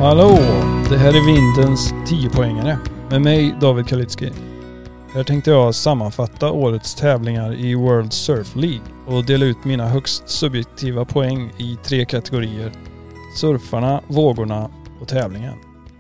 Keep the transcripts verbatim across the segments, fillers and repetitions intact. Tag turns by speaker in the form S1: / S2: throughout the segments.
S1: Hallå, det här är Vindens tio-poängare med mig David Kalitski. Här tänkte jag sammanfatta årets tävlingar i World Surf League och dela ut mina högst subjektiva poäng i tre kategorier: surfarna, vågorna och tävlingen.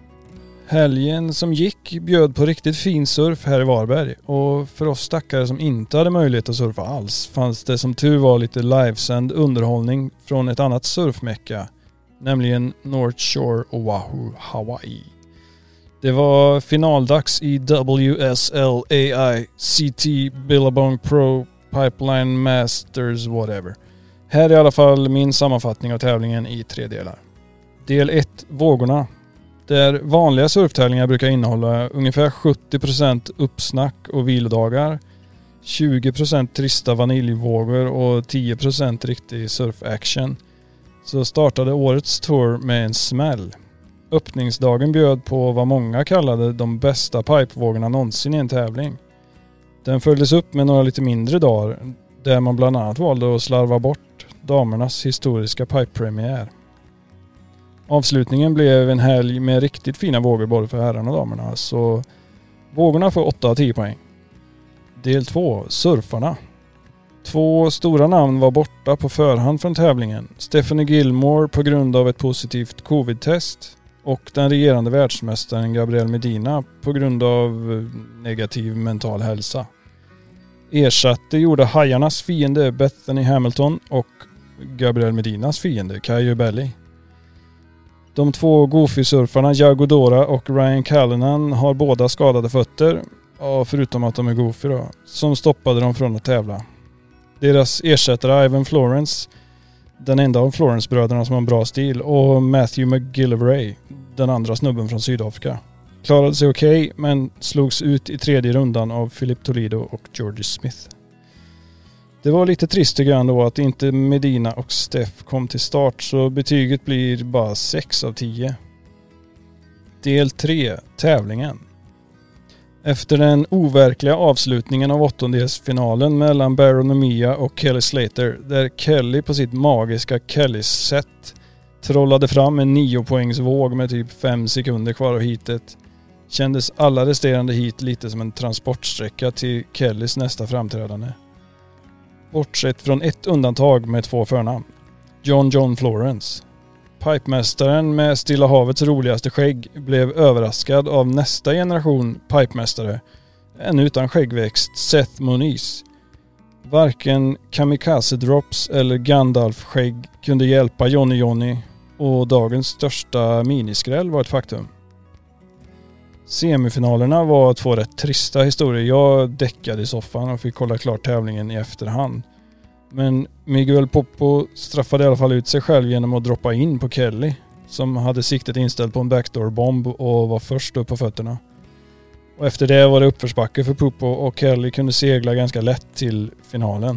S1: Helgen som gick bjöd på riktigt fin surf här i Varberg, och för oss stackare som inte hade möjlighet att surfa alls fanns det som tur var lite livesänd underhållning från ett annat surfmecka, nämligen North Shore Oahu, Hawaii. Det var finaldags i W S L A I C T Billabong Pro Pipeline Masters whatever. Här är i alla fall min sammanfattning av tävlingen i tre delar. Del ett, vågorna. Där vanliga surftävlingar brukar innehålla ungefär sjuttio procent uppsnack och vilodagar, tjugo procent trista vaniljvågor och tio procent riktig surfaction, så startade årets tour med en smäll. Öppningsdagen bjöd på vad många kallade de bästa pipevågorna någonsin i en tävling. Den följdes upp med några lite mindre dagar där man bland annat valde att slarva bort damernas historiska pipepremiär. Avslutningen blev en helg med riktigt fina vågor både för herrarna och damerna, så vågorna får åtta av tio poäng. Del två, surfarna. Två stora namn var borta på förhand från tävlingen. Stephanie Gilmore på grund av ett positivt covid-test och den regerande världsmästaren Gabriel Medina på grund av negativ mental hälsa. Ersatte gjorde hajarnas fiende Bethany Hamilton och Gabriel Medinas fiende Caio Belli. De två goofy-surfarna Yago Dora och Ryan Callanan har båda skadade fötter, ja, förutom att de är goofy då, som stoppade dem från att tävla. Deras ersättare Ivan Florence, den enda av Florence-bröderna som har en bra stil, och Matthew McGillivray, den andra snubben från Sydafrika, klarade sig okej okay, men slogs ut i tredje rundan av Philip Toledo och George Smith. Det var lite trist tycker jag ändå att inte Medina och Steph kom till start, så betyget blir bara sex av tio. Del tre, tävlingen. Efter den overkliga avslutningen av åttondelsfinalen mellan Baron och Mia och Kelly Slater, där Kelly på sitt magiska Kelly-sätt trollade fram en nio-poängsvåg med typ fem sekunder kvar av heatet, kändes alla resterande heat lite som en transportsträcka till Kellys nästa framträdande. Bortsett från ett undantag med två förnamn. John John Florence. Pipemästaren med Stilla havets roligaste skägg blev överraskad av nästa generation pipemästare, än utan skäggväxt, Seth Moniz. Varken Kamikaze Drops eller Gandalf-skägg kunde hjälpa Johnny Johnny, och dagens största miniskräll var ett faktum. Semifinalerna var två rätt trista historier. Jag däckade i soffan och fick kolla klart tävlingen i efterhand. Men Miguel Popo straffade i alla fall ut sig själv genom att droppa in på Kelly, som hade siktet inställt på en backdoor-bomb och var först upp på fötterna. Och efter det var det uppförsbacke för Popo, och Kelly kunde segla ganska lätt till finalen.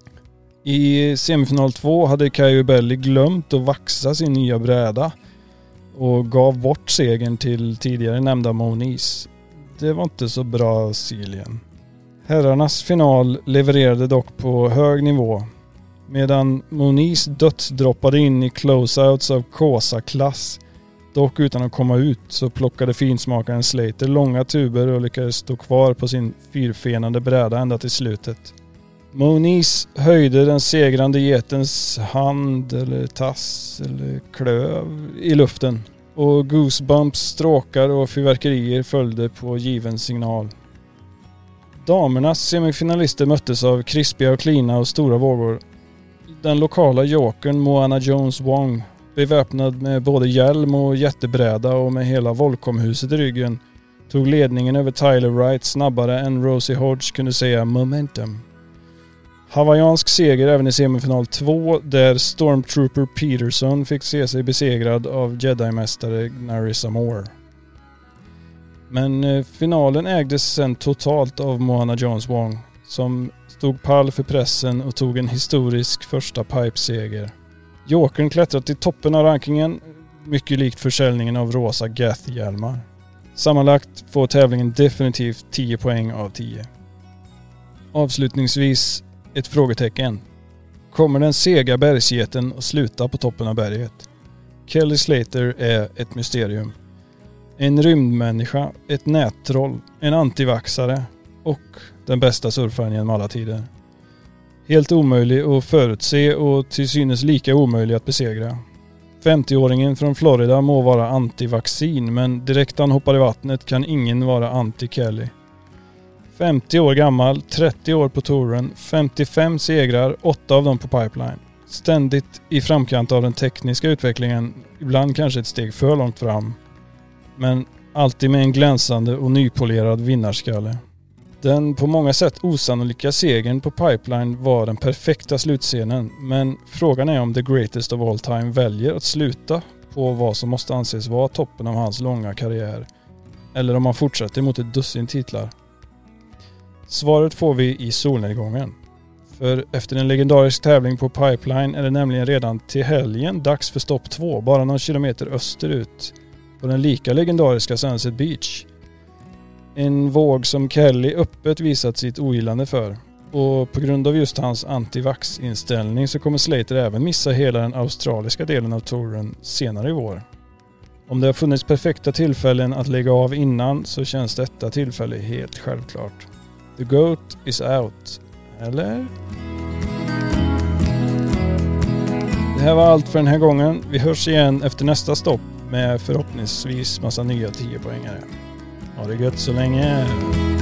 S1: I semifinal två hade Caio Belli glömt att vaxa sin nya bräda och gav bort segern till tidigare nämnda Moniz. Det var inte så bra silien. Herrarnas final levererade dock på hög nivå. Medan Moniz dödsdroppade in i closeouts av Kosa-klass, dock utan att komma ut, så plockade finsmakaren Slater långa tuber och lyckades stå kvar på sin fyrfenande bräda ända till slutet. Moniz höjde den segrande getens hand eller tass eller klöv i luften, och goosebumps, stråkar och fyrverkerier följde på given signal. Damernas semifinalister möttes av krispiga och klina och stora vågor. Den lokala jokern Moana Jones Wong, beväpnad med både hjälm och jättebräda och med hela Volcom-huset i ryggen, tog ledningen över Tyler Wright snabbare än Rosie Hodge kunde säga momentum. Hawaiiansk seger även i semifinal två, där Stormtrooper Peterson fick se sig besegrad av Jedi-mästare Narissa Moore. Men finalen ägdes sen totalt av Moana Jones Wong, som stod pall för pressen och tog en historisk första pipeseger. Jokern klättrat till toppen av rankingen, mycket likt försäljningen av rosa Gath-hjälmar. Sammanlagt får tävlingen definitivt tio poäng av tio. Avslutningsvis ett frågetecken. Kommer den sega bergsgeten att sluta på toppen av berget? Kelly Slater är ett mysterium. En rymdmänniska, ett nättroll, en antivaxare och den bästa surfaren genom alla tider. Helt omöjlig att förutse och till synes lika omöjlig att besegra. femtioåringen från Florida må vara antivaccin, men direkt han hoppar i vattnet kan ingen vara anti-Kelly. femtio år gammal, trettio år på touren, femtiofem segrar, åtta av dem på pipeline. Ständigt i framkant av den tekniska utvecklingen, ibland kanske ett steg för långt fram. Men alltid med en glänsande och nypolerad vinnarskalle. Den på många sätt osannolika segern på pipeline var den perfekta slutscenen, men frågan är om the greatest of all time väljer att sluta på vad som måste anses vara toppen av hans långa karriär, eller om han fortsätter mot ett dussin titlar. Svaret får vi i solnedgången. För efter en legendarisk tävling på pipeline är det nämligen redan till helgen dags för stopp två, bara någon kilometer österut, på den lika legendariska Sunset Beach. En våg som Kelly öppet visat sitt ogillande för. Och på grund av just hans antivax-inställning så kommer Slater även missa hela den australiska delen av touren senare i vår. Om det har funnits perfekta tillfällen att lägga av innan så känns detta tillfälle helt självklart. The GOAT is out. Eller? Det här var allt för den här gången. Vi hörs igen efter nästa stopp med förhoppningsvis massa nya tio poängare. Ha det gött så länge.